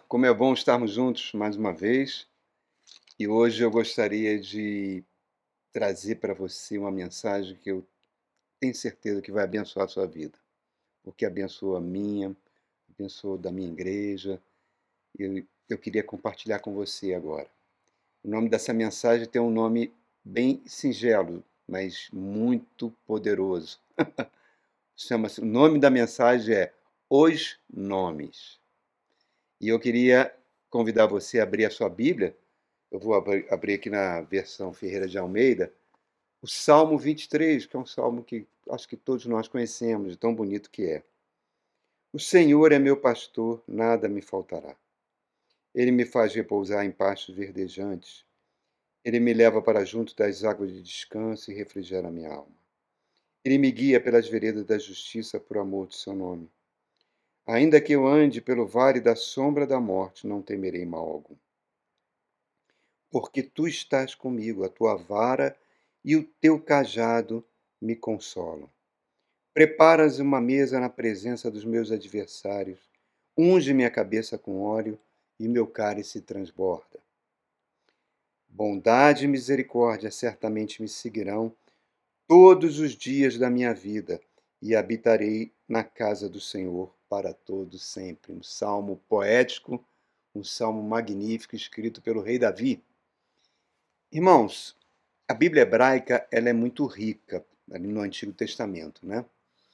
como é bom estarmos juntos mais uma vez. E hoje eu gostaria de trazer para você uma mensagem que eu tenho certeza que vai abençoar a sua vida, porque abençoa a minha, abençoa da minha igreja. Eu queria compartilhar com você agora. O nome dessa mensagem tem um nome bem singelo, mas muito poderoso. O nome da mensagem é Os Nomes. E eu queria convidar você a abrir a sua Bíblia. Eu vou abrir aqui na versão Ferreira de Almeida, o Salmo 23, que é um salmo que acho que todos nós conhecemos, de tão bonito que é. O Senhor é meu pastor, nada me faltará. Ele me faz repousar em pastos verdejantes. Ele me leva para junto das águas de descanso e refrigera minha alma. Ele me guia pelas veredas da justiça por amor de seu nome. Ainda que eu ande pelo vale da sombra da morte, não temerei mal algum. Porque tu estás comigo, a tua vara e o teu cajado me consolam. Preparas uma mesa na presença dos meus adversários, unge minha cabeça com óleo e meu cálice transborda. Bondade e misericórdia certamente me seguirão todos os dias da minha vida e habitarei na casa do Senhor para todo sempre. Um salmo poético, um salmo magnífico escrito pelo rei Davi. Irmãos, a Bíblia hebraica ela é muito rica ali no Antigo Testamento, né?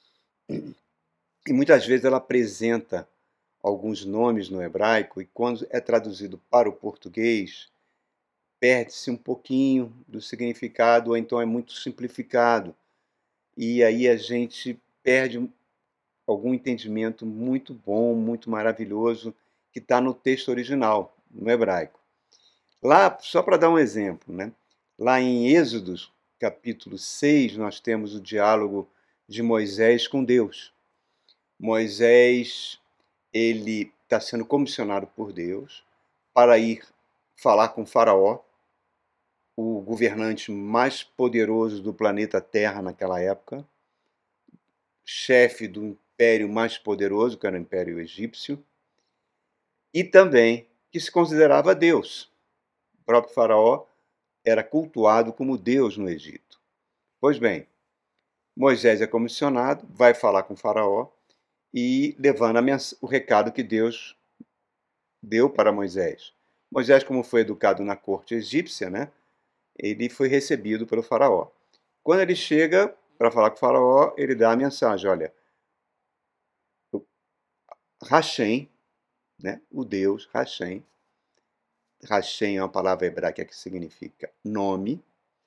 E muitas vezes ela apresenta alguns nomes no hebraico e quando é traduzido para o português, perde-se um pouquinho do significado ou então é muito simplificado. E aí a gente perde algum entendimento muito bom, muito maravilhoso que está no texto original, no hebraico. Lá, só para dar um exemplo, né? Lá em Êxodos, capítulo 6, nós temos o diálogo de Moisés com Deus. Moisés, ele está sendo comissionado por Deus para ir falar com Faraó, o governante mais poderoso do planeta Terra naquela época, chefe do império mais poderoso, que era o Império Egípcio, e também que se considerava Deus. O próprio Faraó era cultuado como Deus no Egito. Pois bem, Moisés é comissionado, vai falar com Faraó e levando o recado que Deus deu para Moisés. Moisés, como foi educado na corte egípcia, né, ele foi recebido pelo Faraó. Quando ele chega para falar com o Faraó, ele dá a mensagem: olha, Hashem, né, o Deus Hashem, Hashem é uma palavra hebraica que significa nome,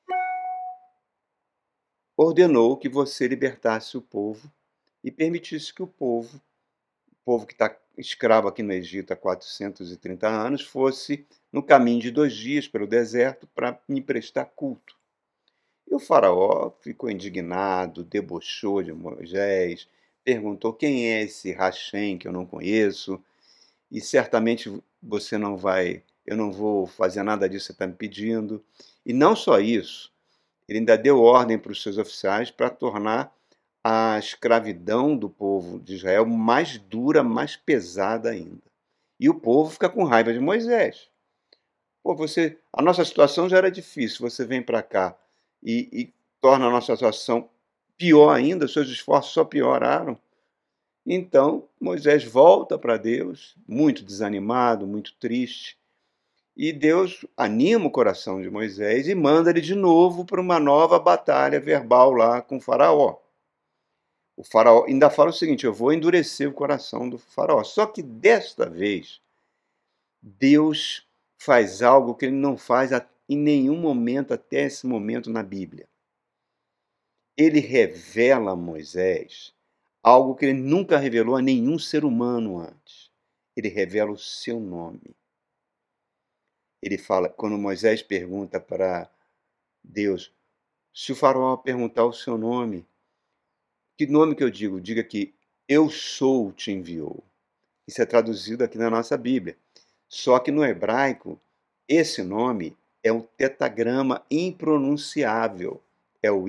ordenou que você libertasse o povo e permitisse que o povo que está escravo aqui no Egito há 430 anos, fosse no caminho de 2 dias pelo deserto para me prestar culto. E o faraó ficou indignado, debochou de Moisés, perguntou quem é esse Hashem que eu não conheço, e certamente eu não vou fazer nada disso que você está me pedindo. E não só isso, ele ainda deu ordem para os seus oficiais para tornar a escravidão do povo de Israel mais dura, mais pesada ainda. E o povo fica com raiva de Moisés. Pô, a nossa situação já era difícil, você vem para cá e torna a nossa situação pior ainda, os seus esforços só pioraram. Então, Moisés volta para Deus, muito desanimado, muito triste, e Deus anima o coração de Moisés e manda ele de novo para uma nova batalha verbal lá com o faraó. O faraó ainda fala o seguinte: eu vou endurecer o coração do faraó. Só que desta vez, Deus faz algo que ele não faz em nenhum momento até esse momento na Bíblia. Ele revela a Moisés algo que ele nunca revelou a nenhum ser humano antes. Ele revela o seu nome. Ele fala, quando Moisés pergunta para Deus, se o faraó perguntar o seu nome, que nome que eu digo? Diga que eu sou te enviou. Isso é traduzido aqui na nossa Bíblia. Só que no hebraico, esse nome é um tetagrama impronunciável. É o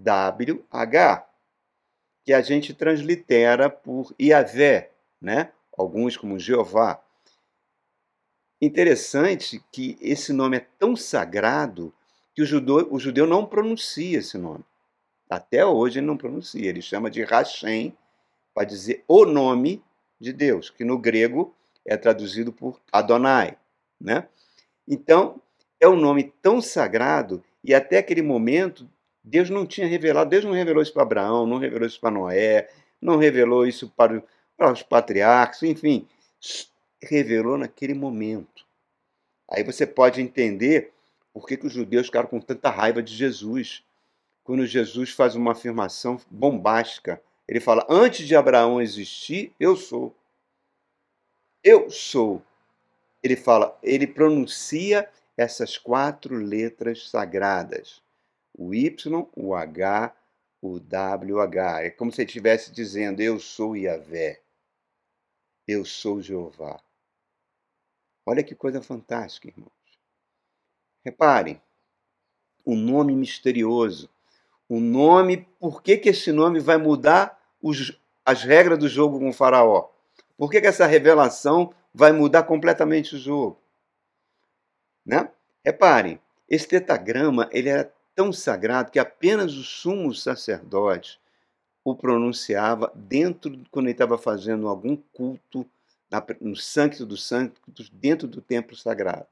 YHWH, que a gente translitera por Iavé, né? alguns como Jeová. Interessante que esse nome é tão sagrado que o judeu não pronuncia esse nome. Até hoje ele não pronuncia, ele chama de Hashem, para dizer o nome de Deus, que no grego é traduzido por Adonai, né? Então, é um nome tão sagrado e até aquele momento Deus não tinha revelado, Deus não revelou isso para Abraão, não revelou isso para Noé, não revelou isso para os patriarcas, enfim, revelou naquele momento. Aí você pode entender por que os judeus ficaram com tanta raiva de Jesus. Quando Jesus faz uma afirmação bombástica, ele fala: antes de Abraão existir, eu sou. Eu sou. Ele fala, ele pronuncia essas 4 letras sagradas: o Y, o H, o W, o H. É como se ele estivesse dizendo: eu sou Yahvé, eu sou Jeová. Olha que coisa fantástica, irmãos. Reparem, o nome misterioso. O nome, por que esse nome vai mudar as regras do jogo com o faraó? Por que essa revelação vai mudar completamente o jogo? Né? Reparem, esse tetagrama ele era tão sagrado que apenas o sumo sacerdote o pronunciava quando ele estava fazendo algum culto no Sancto dos Santos, dentro do templo sagrado.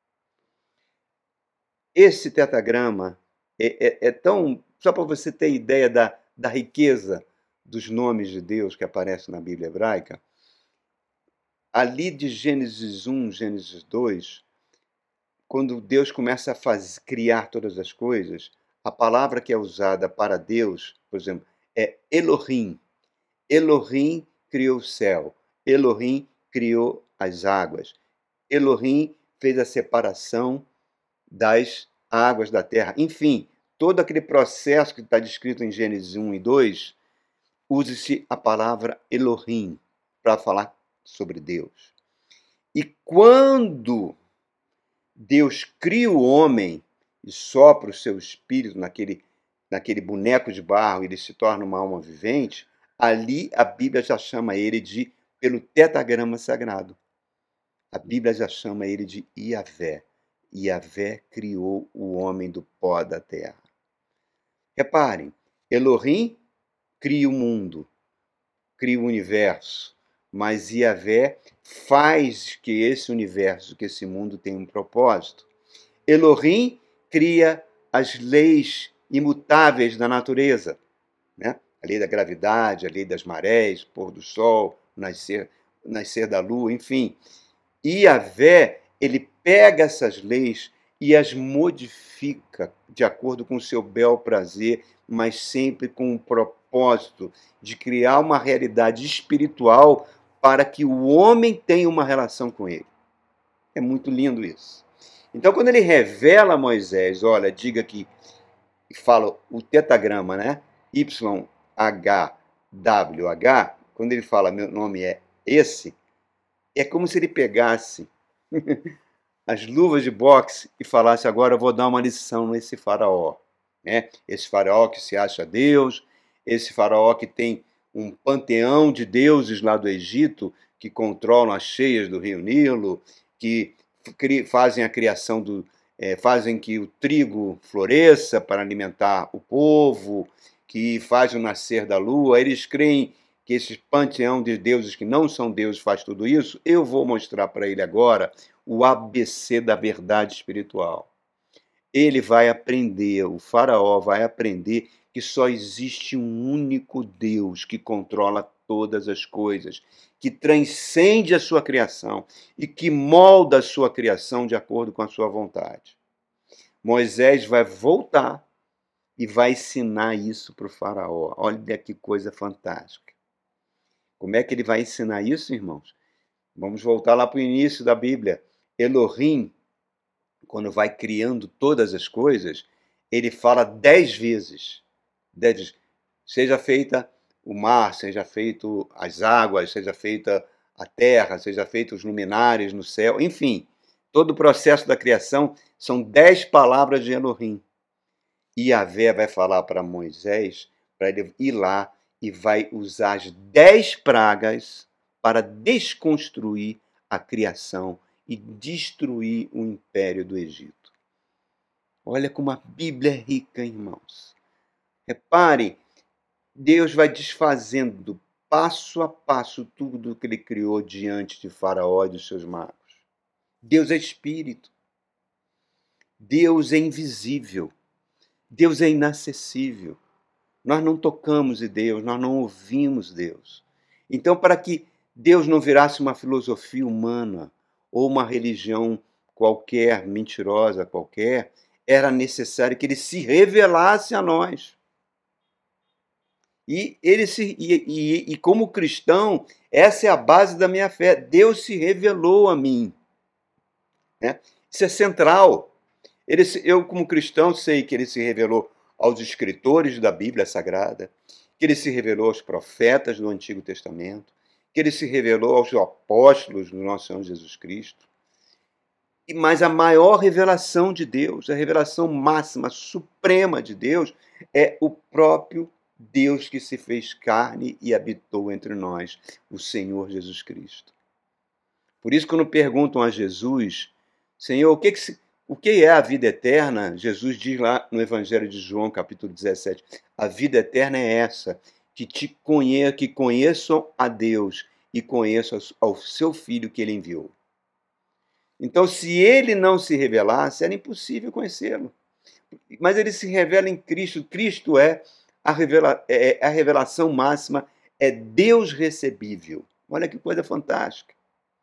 Esse tetagrama é tão... Só para você ter ideia da riqueza dos nomes de Deus que aparecem na Bíblia hebraica, ali de Gênesis 1, Gênesis 2, quando Deus começa a criar todas as coisas, a palavra que é usada para Deus, por exemplo, é Elohim. Elohim criou o céu. Elohim criou as águas. Elohim fez a separação das águas da terra. Enfim, todo aquele processo que está descrito em Gênesis 1 e 2, use-se a palavra Elohim para falar sobre Deus. E quando Deus cria o homem e sopra o seu espírito naquele boneco de barro e ele se torna uma alma vivente, ali a Bíblia já chama ele pelo tetagrama sagrado. A Bíblia já chama ele de Yahvé. Yahvé criou o homem do pó da terra. Reparem, Elohim cria o mundo, cria o universo, mas Yahvé faz que esse universo, que esse mundo tenha um propósito. Elohim cria as leis imutáveis da natureza, né? A lei da gravidade, a lei das marés, pôr do sol, nascer da lua, enfim. E Yahvé, ele pega essas leis e as modifica de acordo com o seu bel prazer, mas sempre com o propósito de criar uma realidade espiritual para que o homem tenha uma relação com ele. É muito lindo isso. Então, quando ele revela a Moisés, olha, diga que, fala o tetagrama, né? YHWH, quando ele fala, meu nome é esse, é como se ele pegasse as luvas de boxe e falasse: agora eu vou dar uma lição nesse faraó. Né? Esse faraó que se acha Deus, esse faraó que tem um panteão de deuses lá do Egito, que controlam as cheias do rio Nilo, que fazem a criação fazem que o trigo floresça para alimentar o povo, que faz o nascer da lua. Eles creem que esse panteão de deuses que não são deuses faz tudo isso. Eu vou mostrar para ele agora o ABC da verdade espiritual. Ele vai aprender, o faraó vai aprender que só existe um único Deus que controla todas as coisas, que transcende a sua criação e que molda a sua criação de acordo com a sua vontade. Moisés vai voltar e vai ensinar isso para o faraó. Olha que coisa fantástica. Como é que ele vai ensinar isso, irmãos? Vamos voltar lá para o início da Bíblia. Elohim, quando vai criando todas as coisas, ele fala 10 vezes. Seja feita o mar, seja feito as águas, seja feita a terra, seja feito os luminares no céu, enfim, todo o processo da criação são 10 palavras de Elohim. E Yahvé vai falar para Moisés, para ele ir lá e vai usar as 10 pragas para desconstruir a criação e destruir o império do Egito. Olha como a Bíblia é rica, irmãos. Reparem, Deus vai desfazendo passo a passo tudo que ele criou diante de Faraó e dos seus magos. Deus é espírito. Deus é invisível. Deus é inacessível. Nós não tocamos em Deus, nós não ouvimos Deus. Então, para que Deus não virasse uma filosofia humana ou uma religião qualquer, mentirosa qualquer, era necessário que ele se revelasse a nós. E como cristão, essa é a base da minha fé. Deus se revelou a mim. Né? Isso é central. Eu, como cristão, sei que ele se revelou aos escritores da Bíblia Sagrada, que ele se revelou aos profetas do Antigo Testamento, que ele se revelou aos apóstolos do nosso Senhor Jesus Cristo. Mas a maior revelação de Deus, a revelação máxima, suprema de Deus, é o próprio Deus que se fez carne e habitou entre nós, o Senhor Jesus Cristo. Por isso, quando perguntam a Jesus, Senhor, o que é a vida eterna? Jesus diz lá no Evangelho de João, capítulo 17, a vida eterna é essa, que conheçam a Deus e conheçam ao seu Filho que ele enviou. Então, se ele não se revelasse, era impossível conhecê-lo. Mas ele se revela em Cristo. Cristo é a revelação máxima, é Deus recebível. Olha que coisa fantástica.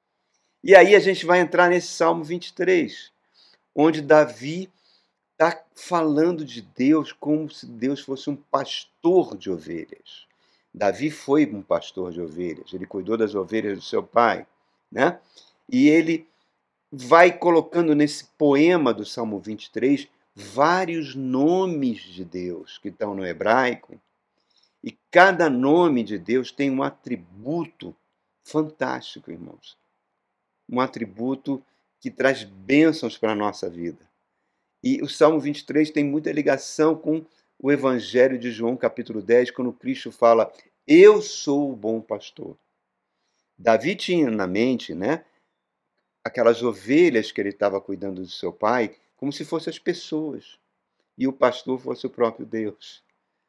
E aí a gente vai entrar nesse Salmo 23, onde Davi está falando de Deus como se Deus fosse um pastor de ovelhas. Davi foi um pastor de ovelhas, ele cuidou das ovelhas do seu pai, né? E ele vai colocando nesse poema do Salmo 23 vários nomes de Deus que estão no hebraico, e cada nome de Deus tem um atributo fantástico, irmãos. Um atributo que traz bênçãos para a nossa vida. E o Salmo 23 tem muita ligação com o Evangelho de João, capítulo 10, quando Cristo fala, eu sou o bom pastor. Davi tinha na mente, né, aquelas ovelhas que ele estava cuidando do seu pai, como se fossem as pessoas, e o pastor fosse o próprio Deus.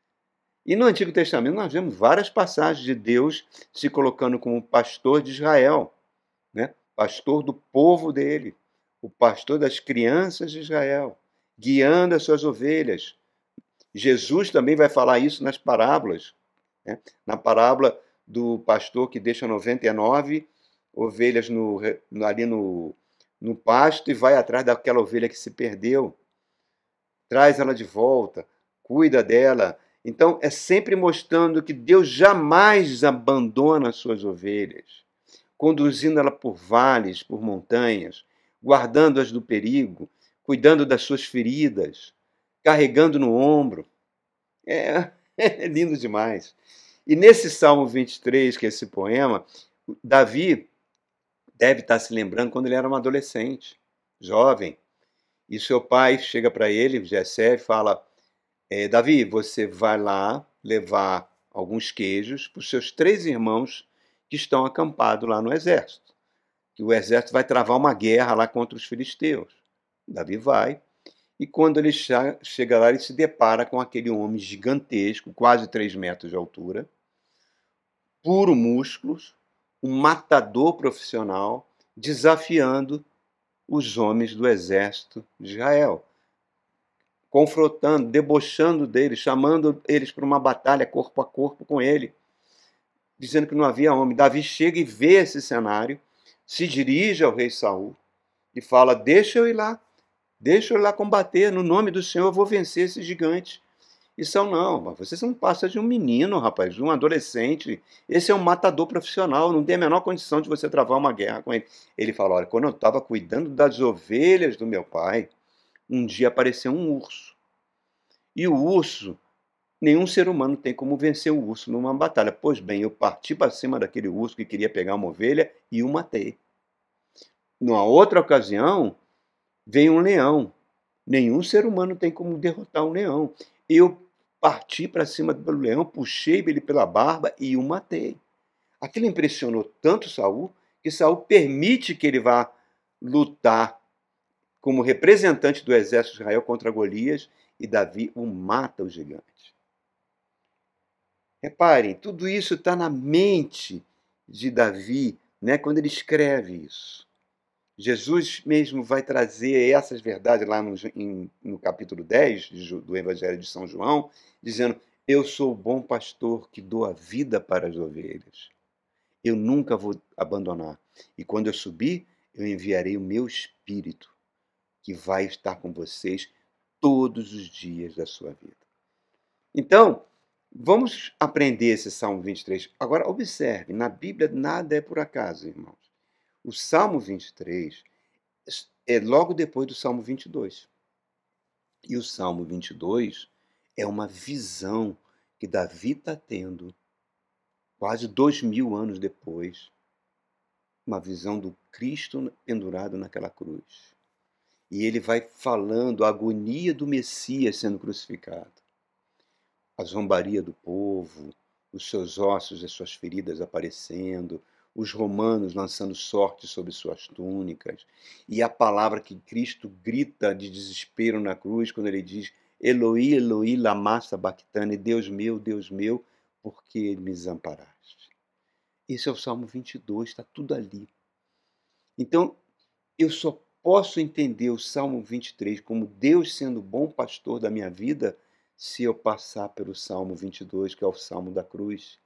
E no Antigo Testamento nós vemos várias passagens de Deus se colocando como pastor de Israel, né? Pastor do povo dele, o pastor das crianças de Israel, guiando as suas ovelhas. Jesus também vai falar isso nas parábolas, né? Na parábola do pastor que deixa 99 ovelhas ali no pasto e vai atrás daquela ovelha que se perdeu. Traz ela de volta, cuida dela. Então, é sempre mostrando que Deus jamais abandona as suas ovelhas, conduzindo ela por vales, por montanhas, guardando-as do perigo, cuidando das suas feridas, carregando no ombro. É lindo demais. E nesse Salmo 23, que é esse poema, Davi deve estar se lembrando quando ele era um adolescente, jovem, e seu pai chega para ele, Jessé, e fala, Davi, você vai lá levar alguns queijos para os seus 3 irmãos que estão acampados lá no exército. Que o exército vai travar uma guerra lá contra os filisteus. Davi vai, e quando ele chega lá, ele se depara com aquele homem gigantesco, quase 3 metros de altura, puro músculos, um matador profissional, desafiando os homens do exército de Israel, confrontando, debochando deles, chamando eles para uma batalha corpo a corpo com ele, dizendo que não havia homem. Davi chega e vê esse cenário, se dirige ao rei Saul e fala, deixa eu ir lá combater, no nome do Senhor eu vou vencer esse gigante. E Saul, não, mas você não passa de um menino, rapaz, de um adolescente, esse é um matador profissional, não tem a menor condição de você travar uma guerra com ele. Ele fala, olha, quando eu estava cuidando das ovelhas do meu pai, um dia apareceu um urso. E o urso, nenhum ser humano tem como vencer o urso numa batalha. Pois bem, eu parti para cima daquele urso que queria pegar uma ovelha e o matei. Numa outra ocasião, veio um leão. Nenhum ser humano tem como derrotar um leão. Eu parti para cima do leão, puxei ele pela barba e o matei. Aquilo impressionou tanto Saul, que Saul permite que ele vá lutar como representante do exército de Israel contra Golias, e Davi o mata, o gigante. Reparem, tudo isso está na mente de Davi, né, quando ele escreve isso. Jesus mesmo vai trazer essas verdades lá no capítulo 10 do Evangelho de São João, dizendo: eu sou o bom pastor que dou a vida para as ovelhas. Eu nunca vou abandonar. E quando eu subir, eu enviarei o meu Espírito, que vai estar com vocês todos os dias da sua vida. Então, vamos aprender esse Salmo 23. Agora, observe, na Bíblia nada é por acaso, irmãos. O Salmo 23 é logo depois do Salmo 22. E o Salmo 22 é uma visão que Davi está tendo quase 2000 anos depois, uma visão do Cristo pendurado naquela cruz. E ele vai falando a agonia do Messias sendo crucificado, a zombaria do povo, os seus ossos e as suas feridas aparecendo, os romanos lançando sorte sobre suas túnicas, e a palavra que Cristo grita de desespero na cruz, quando ele diz: Eloi, Eloi, lama sabachthani, Deus meu, por que me desamparaste? Esse é o Salmo 22, está tudo ali. Então, eu só posso entender o Salmo 23 como Deus sendo bom pastor da minha vida se eu passar pelo Salmo 22, que é o Salmo da cruz.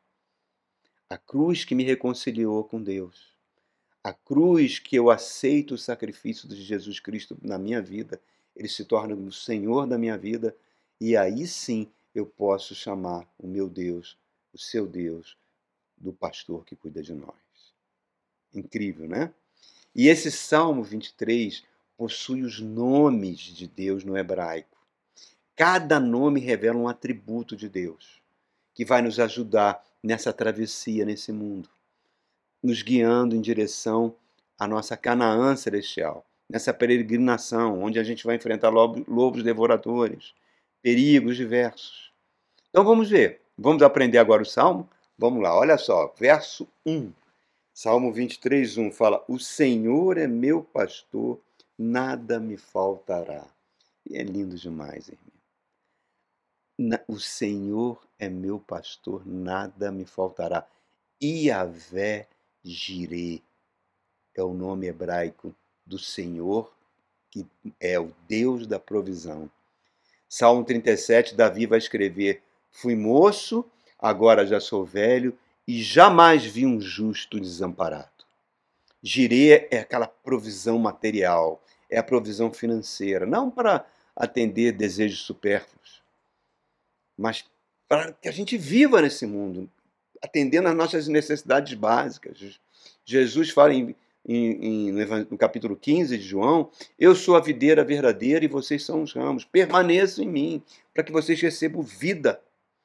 A cruz que me reconciliou com Deus. A cruz que eu aceito o sacrifício de Jesus Cristo na minha vida. Ele se torna o Senhor da minha vida, e aí sim eu posso chamar o meu Deus, o seu Deus, do pastor que cuida de nós. Incrível, né? E esse Salmo 23 possui os nomes de Deus no hebraico. Cada nome revela um atributo de Deus, que vai nos ajudar nessa travessia nesse mundo, nos guiando em direção à nossa Canaã celestial, nessa peregrinação, onde a gente vai enfrentar lobos devoradores, perigos diversos. Então vamos ver, vamos aprender agora o Salmo? Vamos lá, olha só, verso 1. Salmo 23, 1 fala: o Senhor é meu pastor, nada me faltará. E é lindo demais, irmão. O Senhor é meu pastor, nada me faltará. Iavé Jirê é o nome hebraico do Senhor, que é o Deus da provisão. Salmo 37, Davi vai escrever: fui moço, agora já sou velho, e jamais vi um justo desamparado. Jirê é aquela provisão material, é a provisão financeira, não para atender desejos supérfluos, mas para que a gente viva nesse mundo, atendendo às nossas necessidades básicas. Jesus fala no capítulo 15 de João: eu sou a videira verdadeira e vocês são os ramos, permaneçam em mim, para que vocês recebam vida.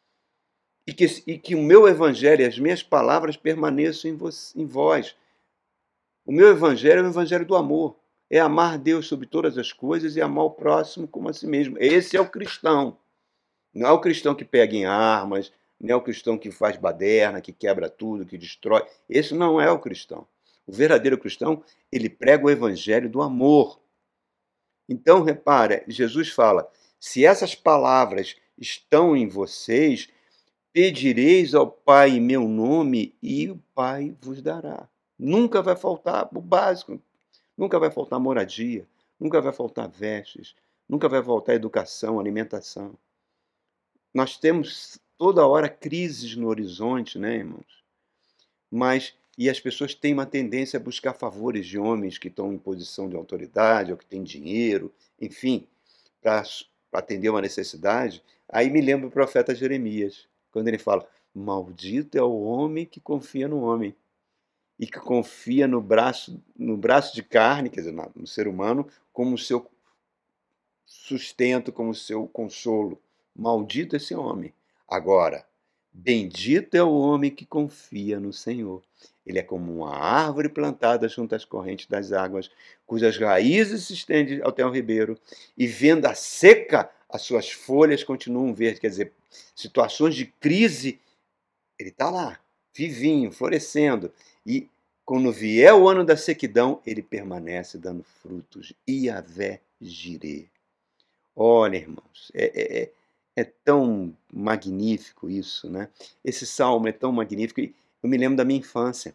E que o meu evangelho e as minhas palavras permaneçam em vós. O meu evangelho é o evangelho do amor. É amar Deus sobre todas as coisas e amar o próximo como a si mesmo. Esse é o cristão. Não é o cristão que pega em armas, não é o cristão que faz baderna, que quebra tudo, que destrói. Esse não é o cristão. O verdadeiro cristão, ele prega o evangelho do amor. Então, repara, Jesus fala: se essas palavras estão em vocês, pedireis ao Pai em meu nome e o Pai vos dará. Nunca vai faltar o básico, nunca vai faltar moradia, nunca vai faltar vestes, nunca vai faltar educação, alimentação. Nós temos toda hora crises no horizonte, né, irmãos? E as pessoas têm uma tendência a buscar favores de homens que estão em posição de autoridade, ou que têm dinheiro, enfim, para atender uma necessidade. Aí me lembra o profeta Jeremias, quando ele fala: maldito é o homem que confia no homem, e que confia no braço de carne, quer dizer, no ser humano, como o seu sustento, como o seu consolo. Maldito esse homem. Agora, bendito é o homem que confia no Senhor. Ele é como uma árvore plantada junto às correntes das águas, cujas raízes se estendem até o ribeiro, e vendo a seca, as suas folhas continuam verdes. Quer dizer, situações de crise, ele está lá, vivinho, florescendo. E quando vier o ano da sequidão, ele permanece dando frutos. Iavé Jirê. Olha, irmãos, é tão magnífico isso, né? Esse salmo é tão magnífico. E eu me lembro da minha infância.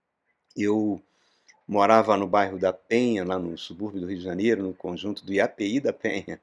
Eu morava no bairro da Penha, lá no subúrbio do Rio de Janeiro, no conjunto do IAPI da Penha.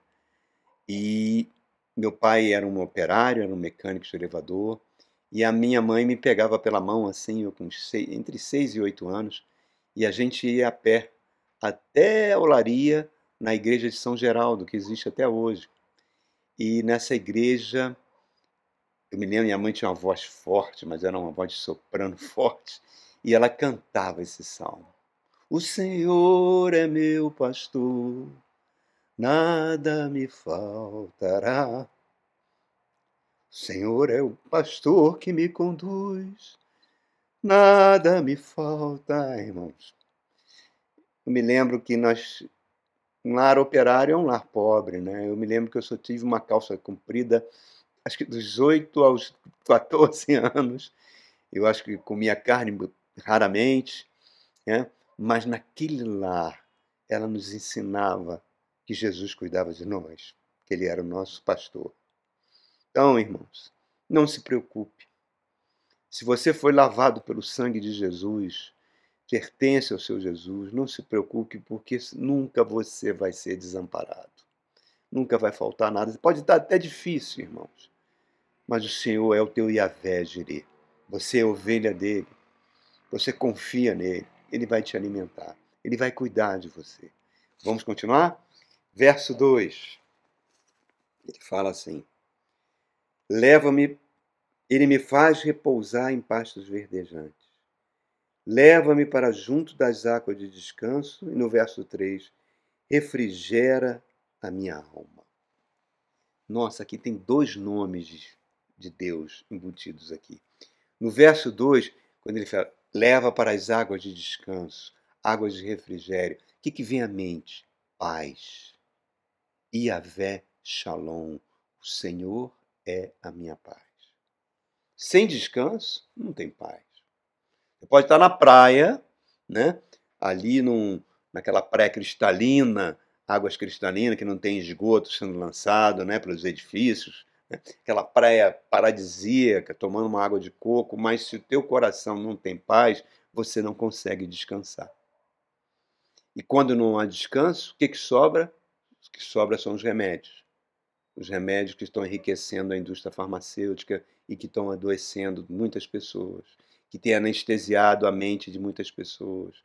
E meu pai era um operário, era um mecânico de elevador. E a minha mãe me pegava pela mão, assim, eu com entre 6 e 8 anos, e a gente ia a pé até a Olaria, na igreja de São Geraldo, que existe até hoje. E nessa igreja, eu me lembro, minha mãe tinha uma voz forte, mas era uma voz de soprano forte, e ela cantava esse salmo. O Senhor é meu pastor, nada me faltará. O Senhor é o pastor que me conduz, nada me falta, irmãos. Eu me lembro que um lar operário é um lar pobre, né? Eu me lembro que eu só tive uma calça comprida, acho que dos 8 aos 14 anos. Eu acho que comia carne raramente, né? Mas naquele lar, ela nos ensinava que Jesus cuidava de nós, que Ele era o nosso pastor. Então, irmãos, não se preocupe. Se você foi lavado pelo sangue de Jesus, pertence ao seu Jesus, não se preocupe, porque nunca você vai ser desamparado. Nunca vai faltar nada. Pode estar até difícil, irmãos, mas o Senhor é o teu Yahvé Jirê. Você é ovelha dele. Você confia nele. Ele vai te alimentar. Ele vai cuidar de você. Vamos continuar? Verso 2. Ele fala assim: Leva-me, ele me faz repousar em pastos verdejantes. Leva-me para junto das águas de descanso. E no verso 3, refrigera a minha alma. Nossa, aqui tem 2 nomes de Deus embutidos aqui. No verso 2, quando ele fala, leva para as águas de descanso, águas de refrigério, o que vem à mente? Paz. Yahvé Shalom. O Senhor é a minha paz. Sem descanso, não tem paz. Você pode estar na praia, né? Ali naquela praia cristalina, águas cristalinas, que não tem esgoto sendo lançado, né, pelos edifícios, né? Aquela praia paradisíaca, tomando uma água de coco, mas se o teu coração não tem paz, você não consegue descansar. E quando não há descanso, o que sobra? O que sobra são os remédios. Os remédios que estão enriquecendo a indústria farmacêutica e que estão adoecendo muitas pessoas, que têm anestesiado a mente de muitas pessoas.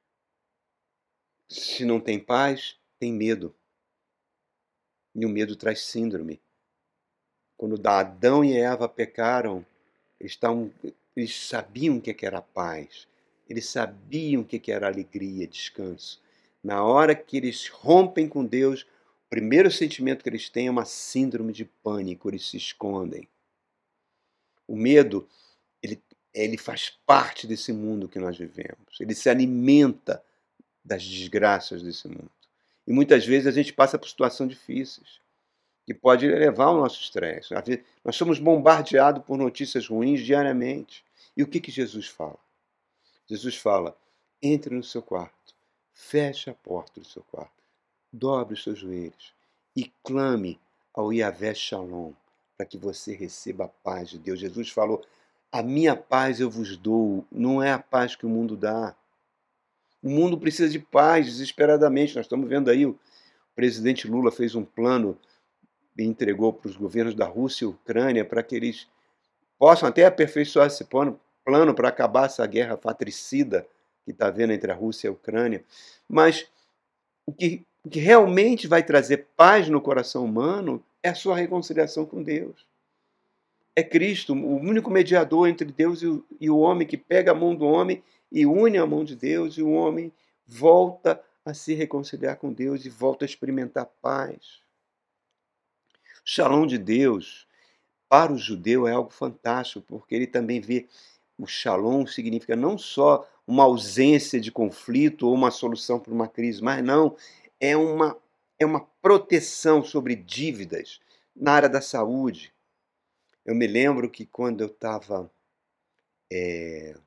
Se não tem paz, tem medo. E o medo traz síndrome. Quando Adão e Eva pecaram, eles sabiam o que era paz. Eles sabiam o que era alegria, descanso. Na hora que eles rompem com Deus, o primeiro sentimento que eles têm é uma síndrome de pânico, eles se escondem. O medo, ele faz parte desse mundo que nós vivemos. Ele se alimenta das desgraças desse mundo. E muitas vezes a gente passa por situações difíceis, que pode elevar o nosso estresse. Nós somos bombardeados por notícias ruins diariamente. E o que Jesus fala? Jesus fala, entre no seu quarto, feche a porta do seu quarto, dobre os seus joelhos e clame ao Yahvé Shalom, para que você receba a paz de Deus. Jesus falou, a minha paz eu vos dou, não é a paz que o mundo dá. O mundo precisa de paz, desesperadamente. Nós estamos vendo aí, o presidente Lula fez um plano e entregou para os governos da Rússia e Ucrânia para que eles possam até aperfeiçoar esse plano para acabar essa guerra fratricida que está havendo entre a Rússia e a Ucrânia. Mas o que realmente vai trazer paz no coração humano é a sua reconciliação com Deus. É Cristo, o único mediador entre Deus e o homem, que pega a mão do homem e une a mão de Deus, e o homem volta a se reconciliar com Deus e volta a experimentar paz. O Shalom de Deus, para o judeu, é algo fantástico, porque ele também vê o Shalom significa não só uma ausência de conflito ou uma solução para uma crise, mas não, é uma proteção sobre dívidas na área da saúde. Eu me lembro que quando eu estava Eh,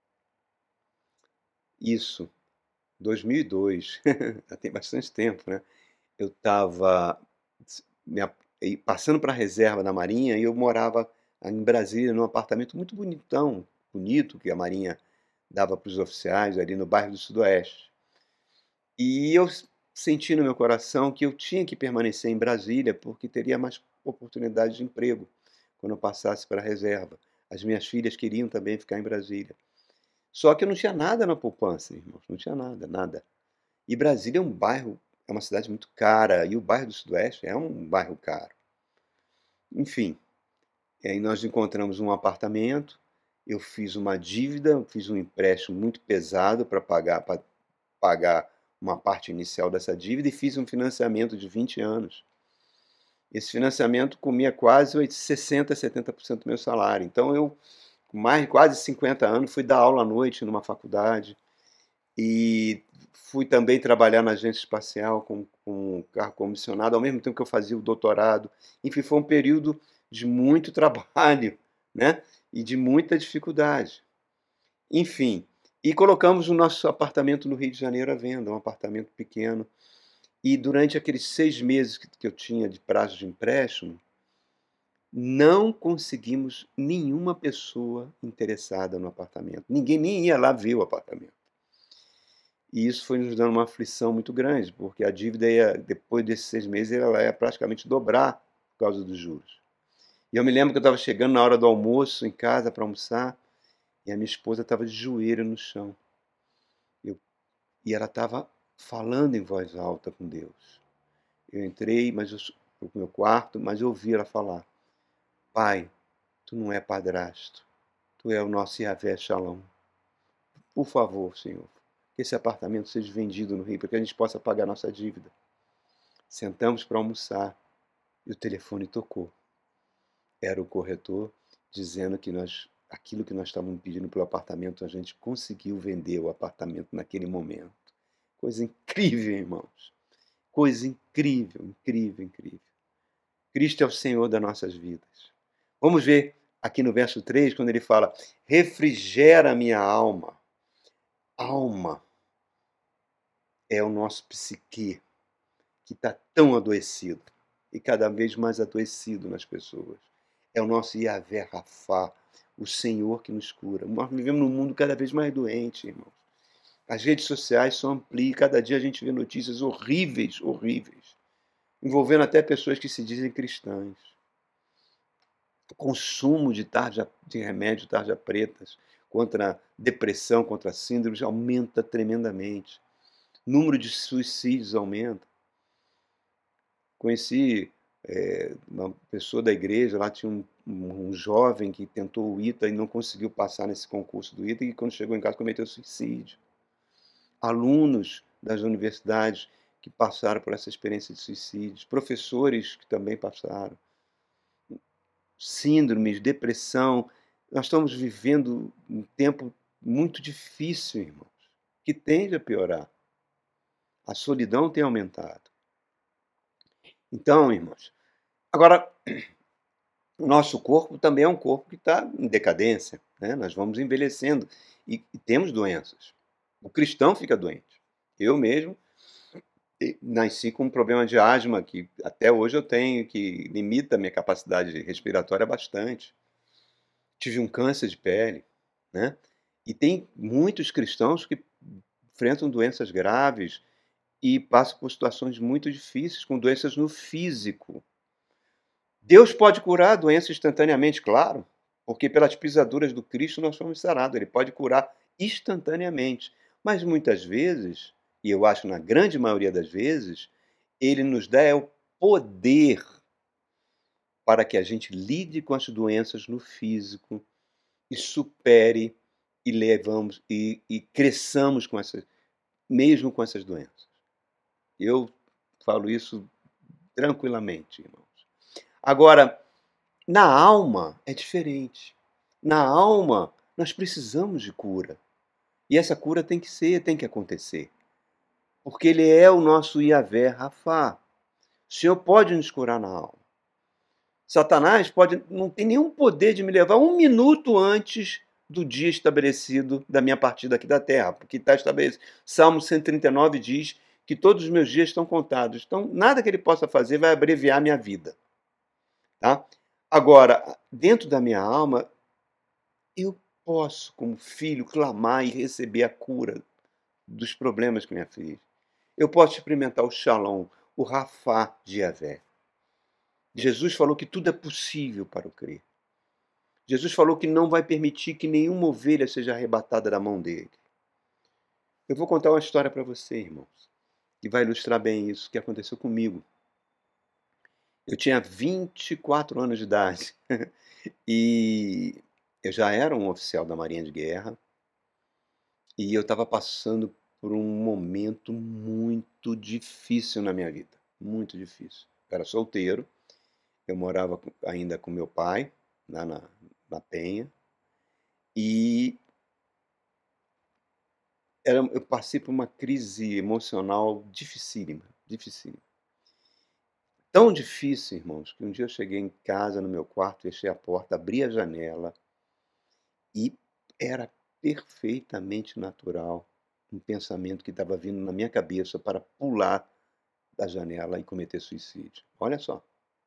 isso, 2002, já tem bastante tempo, né. Eu estava passando para a reserva da Marinha e eu morava em Brasília, num apartamento muito bonito que a Marinha dava para os oficiais ali no bairro do Sudoeste. E eu senti no meu coração que eu tinha que permanecer em Brasília, porque teria mais oportunidade de emprego quando eu passasse para a reserva. As minhas filhas queriam também ficar em Brasília. Só que eu não tinha nada na poupança, irmãos, não tinha nada, nada. E Brasília é uma cidade muito cara, e o bairro do Sudoeste é um bairro caro. Enfim, aí nós encontramos um apartamento, eu fiz uma dívida, fiz um empréstimo muito pesado para pagar uma parte inicial dessa dívida e fiz um financiamento de 20 anos. Esse financiamento comia quase 60, 70% do meu salário. Então eu, com mais de quase 50 anos, fui dar aula à noite numa faculdade e fui também trabalhar na agência espacial com carro comissionado, ao mesmo tempo que eu fazia o doutorado. Enfim, foi um período de muito trabalho, né, e de muita dificuldade. Enfim, e colocamos o nosso apartamento no Rio de Janeiro à venda, um apartamento pequeno. E durante aqueles 6 meses que eu tinha de prazo de empréstimo, não conseguimos nenhuma pessoa interessada no apartamento. Ninguém nem ia lá ver o apartamento. E isso foi nos dando uma aflição muito grande, porque a dívida ia, depois desses 6 meses, ela ia praticamente dobrar por causa dos juros. E eu me lembro que eu estava chegando na hora do almoço em casa para almoçar, e a minha esposa estava de joelho no chão. Eu E ela estava falando em voz alta com Deus. Eu entrei, para o meu quarto, mas eu ouvi ela falar: "Pai, tu não é padrasto, tu é o nosso Yahvé Shalom. Por favor, Senhor, que esse apartamento seja vendido no Rio, para que a gente possa pagar nossa dívida." Sentamos para almoçar e o telefone tocou. Era o corretor dizendo que aquilo que nós estávamos pedindo pelo apartamento, a gente conseguiu vender o apartamento naquele momento. Coisa incrível, irmãos. Coisa incrível, incrível, incrível. Cristo é o Senhor das nossas vidas. Vamos ver aqui no verso 3, quando ele fala: refrigera minha alma. Alma é o nosso psique, que está tão adoecido e cada vez mais adoecido nas pessoas. É o nosso Yahvé Rafá, o Senhor que nos cura. Nós vivemos num mundo cada vez mais doente, irmãos. As redes sociais só ampliam, cada dia a gente vê notícias horríveis, horríveis, envolvendo até pessoas que se dizem cristãs. O consumo de remédio tarja pretas contra depressão, contra síndromes, aumenta tremendamente. O número de suicídios aumenta. Conheci uma pessoa da igreja, lá tinha um jovem que tentou o ITA e não conseguiu passar nesse concurso do ITA, e quando chegou em casa cometeu suicídio. Alunos das universidades que passaram por essa experiência de suicídio, professores que também passaram, síndromes, depressão. Nós estamos vivendo um tempo muito difícil, irmãos, que tende a piorar. A solidão tem aumentado. Então, irmãos, agora, o nosso corpo também é um corpo que está em decadência, né? Nós vamos envelhecendo e temos doenças. O cristão fica doente. Eu mesmo nasci com um problema de asma que até hoje eu tenho, que limita a minha capacidade respiratória bastante. Tive um câncer de pele, né? E tem muitos cristãos que enfrentam doenças graves e passam por situações muito difíceis, com doenças no físico. Deus pode curar a doença instantaneamente, claro, porque pelas pisaduras do Cristo nós fomos sarados. Ele pode curar instantaneamente. Mas muitas vezes, e eu acho na grande maioria das vezes, ele nos dá o poder para que a gente lide com as doenças no físico e supere e cresçamos mesmo com essas doenças. Eu falo isso tranquilamente, irmãos. Agora, na alma é diferente. Na alma, nós precisamos de cura. E essa cura tem que acontecer. Porque ele é o nosso Yahvé Rafá. O Senhor pode nos curar na alma. Satanás não tem nenhum poder de me levar um minuto antes do dia estabelecido da minha partida aqui da terra, porque está estabelecido. Salmo 139 diz que todos os meus dias estão contados. Então, nada que ele possa fazer vai abreviar a minha vida. Tá? Agora, dentro da minha alma, eu posso, como filho, clamar e receber a cura dos problemas que me afligem. Eu posso experimentar o Shalom, o Rafá de Yahvé. Jesus falou que tudo é possível para o crer. Jesus falou que não vai permitir que nenhuma ovelha seja arrebatada da mão dele. Eu vou contar uma história para você, irmãos, que vai ilustrar bem isso que aconteceu comigo. Eu tinha 24 anos de idade e eu já era um oficial da Marinha de Guerra e eu estava passando por um momento muito difícil na minha vida, muito difícil. Eu era solteiro, eu morava ainda com meu pai, lá na Penha, e eu passei por uma crise emocional dificílima, dificílima. Tão difícil, irmãos, que um dia eu cheguei em casa, no meu quarto, fechei a porta, abri a janela e era perfeitamente natural um pensamento que estava vindo na minha cabeça para pular da janela e cometer suicídio. Olha só.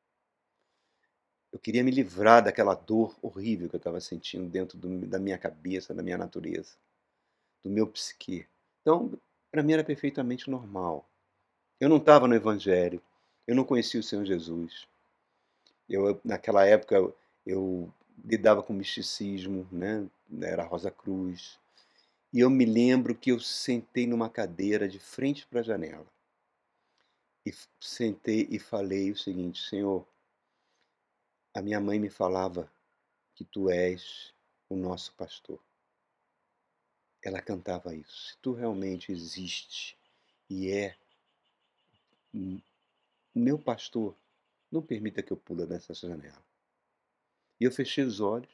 Eu queria me livrar daquela dor horrível que eu estava sentindo dentro da minha cabeça, da minha natureza, do meu psique. Então, para mim era perfeitamente normal. Eu não estava no Evangelho, eu não conhecia o Senhor Jesus. Naquela época, eu lidava com misticismo, né? Era Rosa Cruz. E eu me lembro que eu sentei numa cadeira de frente para a janela. E sentei e falei o seguinte: Senhor, a minha mãe me falava que tu és o nosso pastor. Ela cantava isso. Se tu realmente existe e é o meu pastor, não permita que eu pule dessa janela. E eu fechei os olhos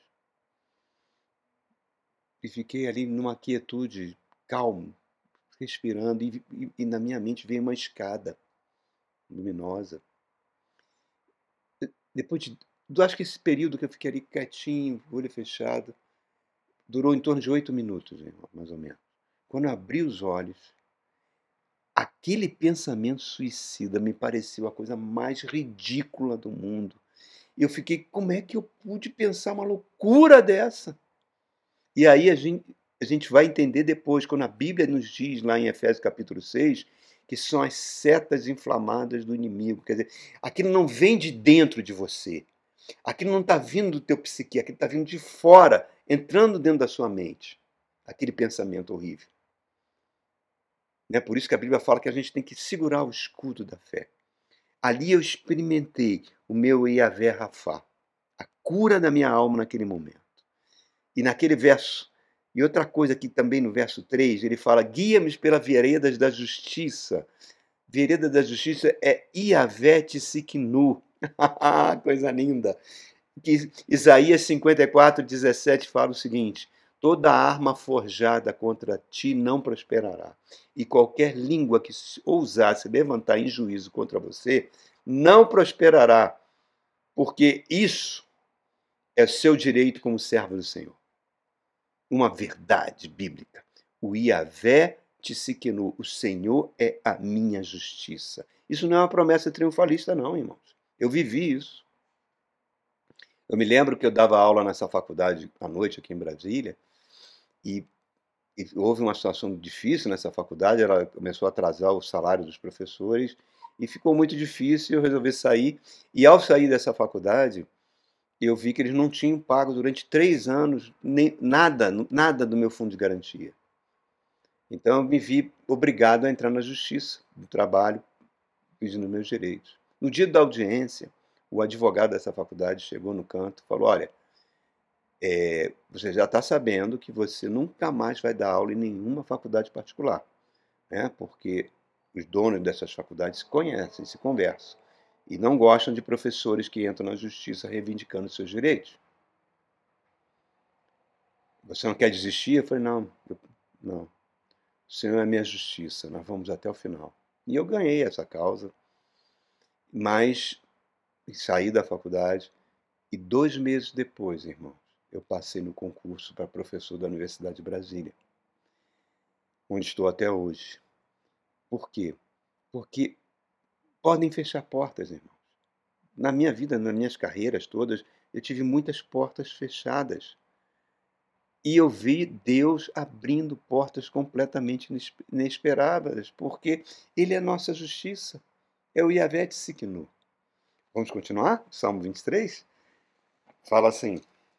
e fiquei ali numa quietude, calmo, respirando, e na minha mente veio uma escada luminosa. Depois acho que esse período que eu fiquei ali quietinho, olho fechado, durou em torno de 8 minutos, mais ou menos. Quando eu abri os olhos, aquele pensamento suicida me pareceu a coisa mais ridícula do mundo. E eu fiquei, como é que eu pude pensar uma loucura dessa? E aí a gente vai entender depois, quando a Bíblia nos diz, lá em Efésios capítulo 6, que são as setas inflamadas do inimigo. Quer dizer, aquilo não vem de dentro de você. Aquilo não está vindo do teu psique, aquilo está vindo de fora, entrando dentro da sua mente. Aquele pensamento horrível. Né? Por isso que a Bíblia fala que a gente tem que segurar o escudo da fé. Ali eu experimentei o meu Yahvé Rafá, a cura da minha alma naquele momento. E naquele verso, e outra coisa que também no verso 3, ele fala, guia-me pelas veredas da justiça. Vereda da justiça é Yahvé Tsiknu. Coisa linda. Que Isaías 54:17 fala o seguinte, toda arma forjada contra ti não prosperará, e qualquer língua que ousar se levantar em juízo contra você não prosperará, porque isso é seu direito como servo do Senhor. Uma verdade bíblica. O Yahvé Tsikenu, o Senhor é a minha justiça. Isso não é uma promessa triunfalista, não, irmãos. Eu vivi isso. Eu me lembro que eu dava aula nessa faculdade à noite aqui em Brasília e houve uma situação difícil nessa faculdade, ela começou a atrasar o salário dos professores e ficou muito difícil, eu resolvi sair. E ao sair dessa faculdade, eu vi que eles não tinham pago durante 3 anos nada do meu fundo de garantia. Então eu me vi obrigado a entrar na justiça do trabalho, pedindo meus direitos. No dia da audiência, o advogado dessa faculdade chegou no canto e falou, olha, você já está sabendo que você nunca mais vai dar aula em nenhuma faculdade particular, né? Porque os donos dessas faculdades se conhecem, se conversam, e não gostam de professores que entram na justiça reivindicando seus direitos. Você não quer desistir? Eu falei, não. O Senhor é a minha justiça, nós vamos até o final. E eu ganhei essa causa, mas saí da faculdade e 2 meses depois, irmãos, eu passei no concurso para professor da Universidade de Brasília, onde estou até hoje. Por quê? Porque podem fechar portas, irmão. Na minha vida, nas minhas carreiras todas, eu tive muitas portas fechadas. E eu vi Deus abrindo portas completamente inesperadas, porque Ele é nossa justiça. É o Yahvé Tsidkenu. Vamos continuar? Salmo 23? Fala assim: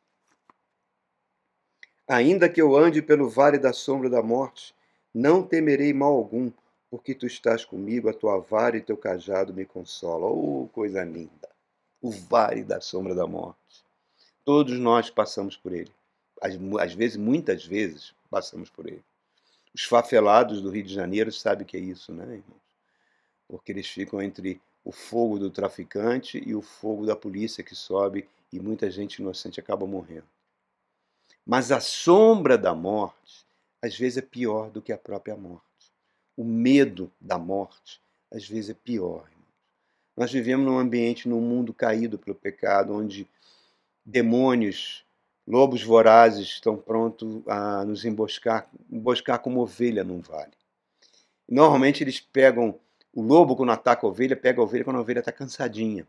Ainda que eu ande pelo vale da sombra da morte, não temerei mal algum, porque tu estás comigo, a tua vara e teu cajado me consolam. Oh, coisa linda! O vale da sombra da morte. Todos nós passamos por ele. Às vezes, muitas vezes, passamos por ele. Os favelados do Rio de Janeiro sabem o que é isso, né, irmãos? Porque eles ficam entre o fogo do traficante e o fogo da polícia que sobe e muita gente inocente acaba morrendo. Mas a sombra da morte, às vezes, é pior do que a própria morte. O medo da morte, às vezes, é pior, irmãos. Nós vivemos num ambiente, num mundo caído pelo pecado, onde demônios, lobos vorazes estão prontos a nos emboscar como ovelha num vale. Normalmente eles pegam o lobo quando ataca a ovelha, pega a ovelha quando a ovelha está cansadinha.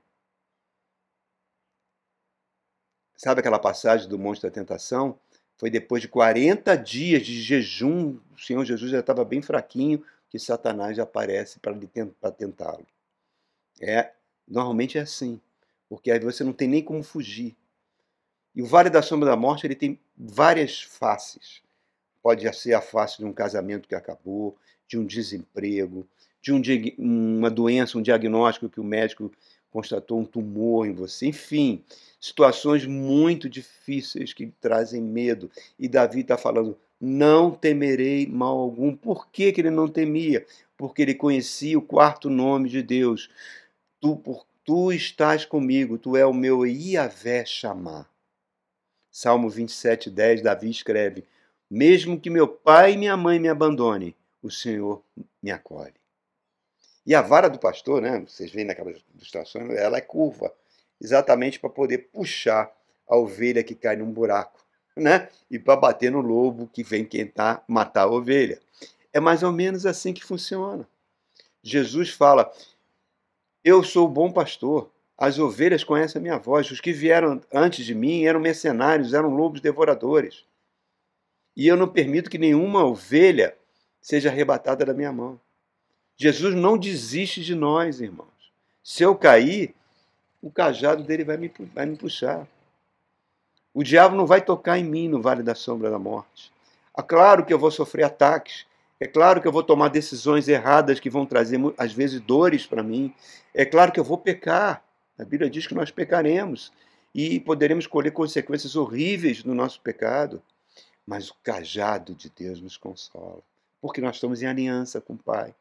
Sabe aquela passagem do Monte da Tentação? Foi depois de 40 dias de jejum, o Senhor Jesus já estava bem fraquinho, que Satanás aparece para tentá-lo. Normalmente é assim, porque aí você não tem nem como fugir. E o Vale da Sombra da Morte ele tem várias faces. Pode ser a face de um casamento que acabou, de um desemprego, de uma doença, um diagnóstico que o médico constatou um tumor em você. Enfim, situações muito difíceis que trazem medo. E Davi está falando, não temerei mal algum. Por que ele não temia? Porque ele conhecia o quarto nome de Deus. Tu estás comigo, tu é o meu Yahvé Shammah. Salmo 27:10, Davi escreve, mesmo que meu pai e minha mãe me abandonem, o Senhor me acolhe. E a vara do pastor, né, vocês veem naquelas ilustrações, ela é curva, exatamente para poder puxar a ovelha que cai num buraco, né, e para bater no lobo que vem tentar matar a ovelha. É mais ou menos assim que funciona. Jesus fala, eu sou o bom pastor, as ovelhas conhecem a minha voz, os que vieram antes de mim eram mercenários, eram lobos devoradores. E eu não permito que nenhuma ovelha seja arrebatada da minha mão. Jesus não desiste de nós, irmãos. Se eu cair, o cajado dele vai me puxar. O diabo não vai tocar em mim no vale da sombra da morte. É claro que eu vou sofrer ataques. É claro que eu vou tomar decisões erradas que vão trazer, às vezes, dores para mim. É claro que eu vou pecar. A Bíblia diz que nós pecaremos e poderemos colher consequências horríveis do nosso pecado. Mas o cajado de Deus nos consola, porque nós estamos em aliança com o Pai.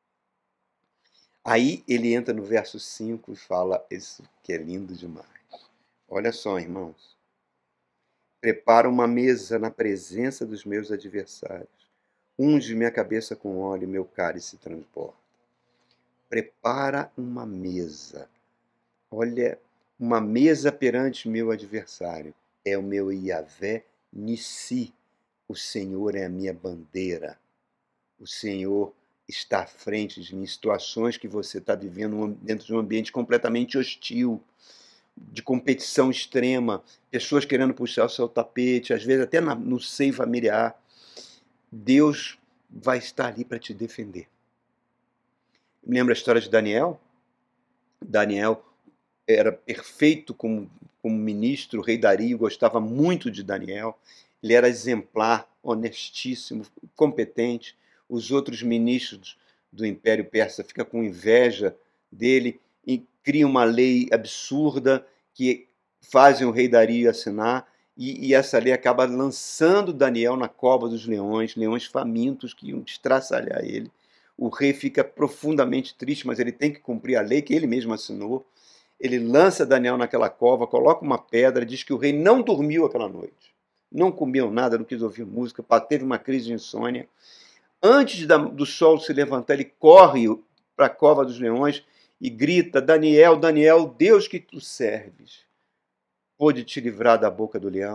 Aí ele entra no verso 5 e fala isso que é lindo demais. Olha só, irmãos. Prepara uma mesa na presença dos meus adversários. Unge minha cabeça com óleo e meu cálice transborda. Prepara uma mesa. Olha, uma mesa perante meu adversário. É o meu Yahvé Nissi. O Senhor é a minha bandeira. O Senhor está à frente de mim. Situações que você está vivendo dentro de um ambiente completamente hostil, de competição extrema, pessoas querendo puxar o seu tapete, às vezes até no seio familiar. Deus vai estar ali para te defender. Lembra a história de Daniel? Daniel era perfeito como ministro, o rei Dario gostava muito de Daniel, ele era exemplar, honestíssimo, competente. Os outros ministros do Império Persa ficam com inveja dele e criam uma lei absurda que fazem o rei Dario assinar, e essa lei acaba lançando Daniel na cova dos leões, leões famintos que iam estraçalhar ele. O rei fica profundamente triste, mas ele tem que cumprir a lei que ele mesmo assinou. Ele lança Daniel naquela cova, coloca uma pedra, diz que o rei não dormiu aquela noite. Não comeu nada, não quis ouvir música, teve uma crise de insônia. Antes do sol se levantar, ele corre para a cova dos leões e grita, Daniel, Daniel, Deus que tu serves, pôde te livrar da boca do leão.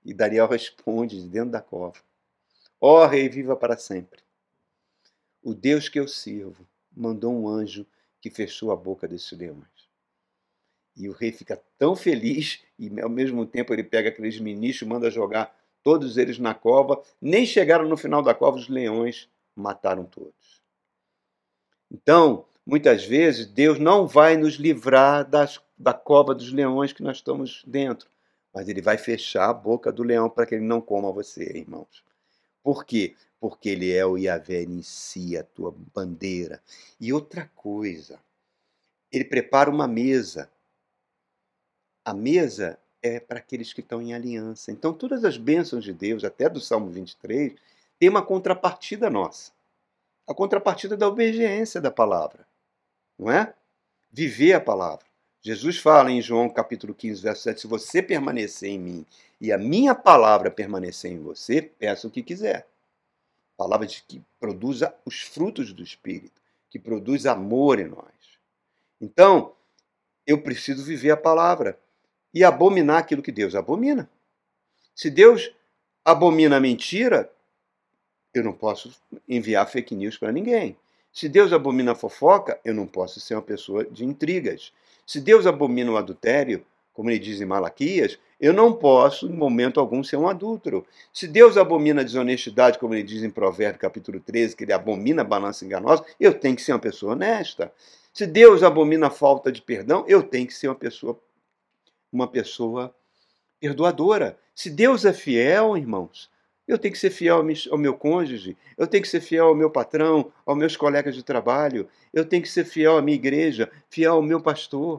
E Daniel responde de dentro da cova: ó rei, viva para sempre. O Deus que eu sirvo mandou um anjo que fechou a boca desses leões. E o rei fica tão feliz, e ao mesmo tempo ele pega aqueles ministros e manda jogar todos eles na cova. Nem chegaram no final da cova, os leões mataram todos. Então, muitas vezes, Deus não vai nos livrar da cova dos leões que nós estamos dentro, mas ele vai fechar a boca do leão para que ele não coma você, irmãos. Por quê? Porque ele é o Yahvé em si, a tua bandeira. E outra coisa, ele prepara uma mesa. A mesa é para aqueles que estão em aliança. Então, todas as bênçãos de Deus, até do Salmo 23, tem uma contrapartida nossa. A contrapartida da obediência da palavra, não é? Viver a palavra. Jesus fala em João capítulo 15, verso 7, se você permanecer em mim e a minha palavra permanecer em você, peça o que quiser. Palavra de que produza os frutos do Espírito, que produz amor em nós. Então, eu preciso viver a palavra e abominar aquilo que Deus abomina. Se Deus abomina a mentira, eu não posso enviar fake news para ninguém. Se Deus abomina a fofoca, eu não posso ser uma pessoa de intrigas. Se Deus abomina o adultério, como ele diz em Malaquias, eu não posso, em momento algum, ser um adúltero. Se Deus abomina a desonestidade, como ele diz em Provérbios capítulo 13, que ele abomina a balança enganosa, eu tenho que ser uma pessoa honesta. Se Deus abomina a falta de perdão, eu tenho que ser uma pessoa perdoadora. Se Deus é fiel, irmãos, eu tenho que ser fiel ao meu cônjuge, eu tenho que ser fiel ao meu patrão, aos meus colegas de trabalho, eu tenho que ser fiel à minha igreja, fiel ao meu pastor.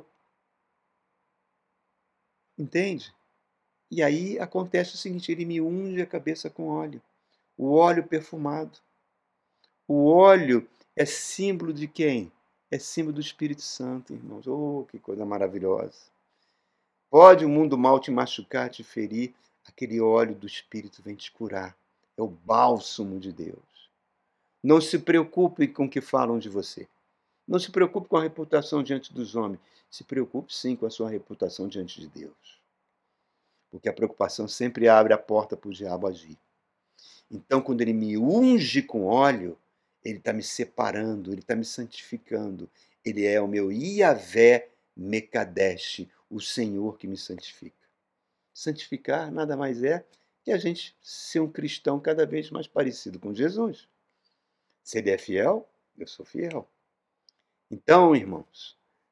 Entende? E aí acontece o seguinte, ele me unge a cabeça com óleo. O óleo perfumado. O óleo é símbolo de quem? É símbolo do Espírito Santo, irmãos. Oh, que coisa maravilhosa. Pode o mundo mal te machucar, te ferir, aquele óleo do Espírito vem te curar. É o bálsamo de Deus. Não se preocupe com o que falam de você. Não se preocupe com a reputação diante dos homens. Se preocupe sim com a sua reputação diante de Deus. Porque a preocupação sempre abre a porta para o diabo agir. Então, quando ele me unge com óleo, ele está me separando, ele está me santificando. Ele é o meu Yahvé Mekadesh, o Senhor que me santifica. Santificar nada mais é que a gente ser um cristão cada vez mais parecido com Jesus. Se ele é fiel, eu sou fiel. Então, irmãos,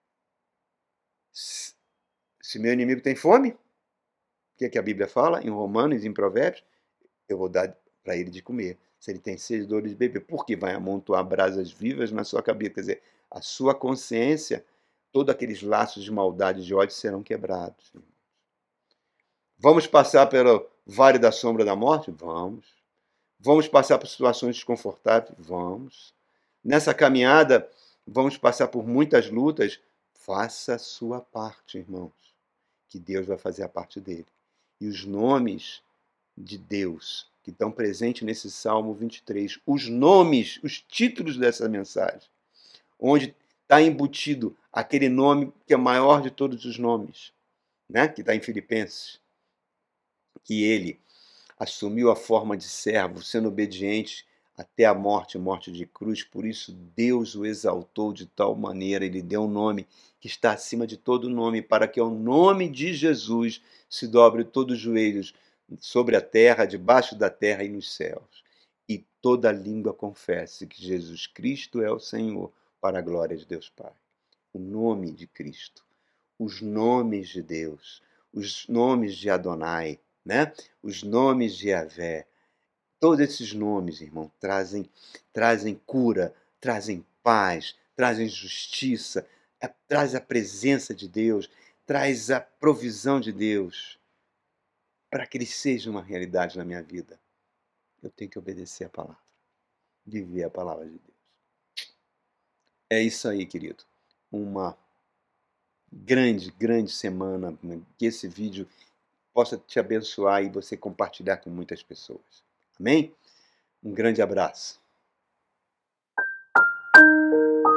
se meu inimigo tem fome, o que é que a Bíblia fala em Romanos e em Provérbios? Eu vou dar para ele de comer. Se ele tem sede, dou-lhe de beber. Porque vai amontoar brasas vivas na sua cabeça. Quer dizer, a sua consciência, todos aqueles laços de maldade e de ódio serão quebrados. Vamos passar pelo vale da sombra da morte? Vamos. Vamos passar por situações desconfortáveis? Vamos. Nessa caminhada, vamos passar por muitas lutas? Faça a sua parte, irmãos, que Deus vai fazer a parte dele. E os nomes de Deus que estão presentes nesse Salmo 23, os nomes, os títulos dessa mensagem, onde está embutido aquele nome que é maior de todos os nomes, né? Que está em Filipenses, que ele assumiu a forma de servo, sendo obediente até a morte de cruz. Por isso Deus o exaltou de tal maneira, ele deu um nome que está acima de todo nome, para que ao nome de Jesus se dobre todos os joelhos sobre a terra, debaixo da terra e nos céus. E toda língua confesse que Jesus Cristo é o Senhor, para a glória de Deus Pai. O nome de Cristo, os nomes de Deus, os nomes de Adonai, né? Os nomes de Yahvé, todos esses nomes, irmão, trazem cura, trazem paz, trazem justiça, traz a presença de Deus, traz a provisão de Deus. Para que eles sejam uma realidade na minha vida, eu tenho que obedecer a palavra, viver a palavra de Deus. É isso aí, querido. Uma grande, grande semana, que esse vídeo possa te abençoar e você compartilhar com muitas pessoas. Amém? Um grande abraço.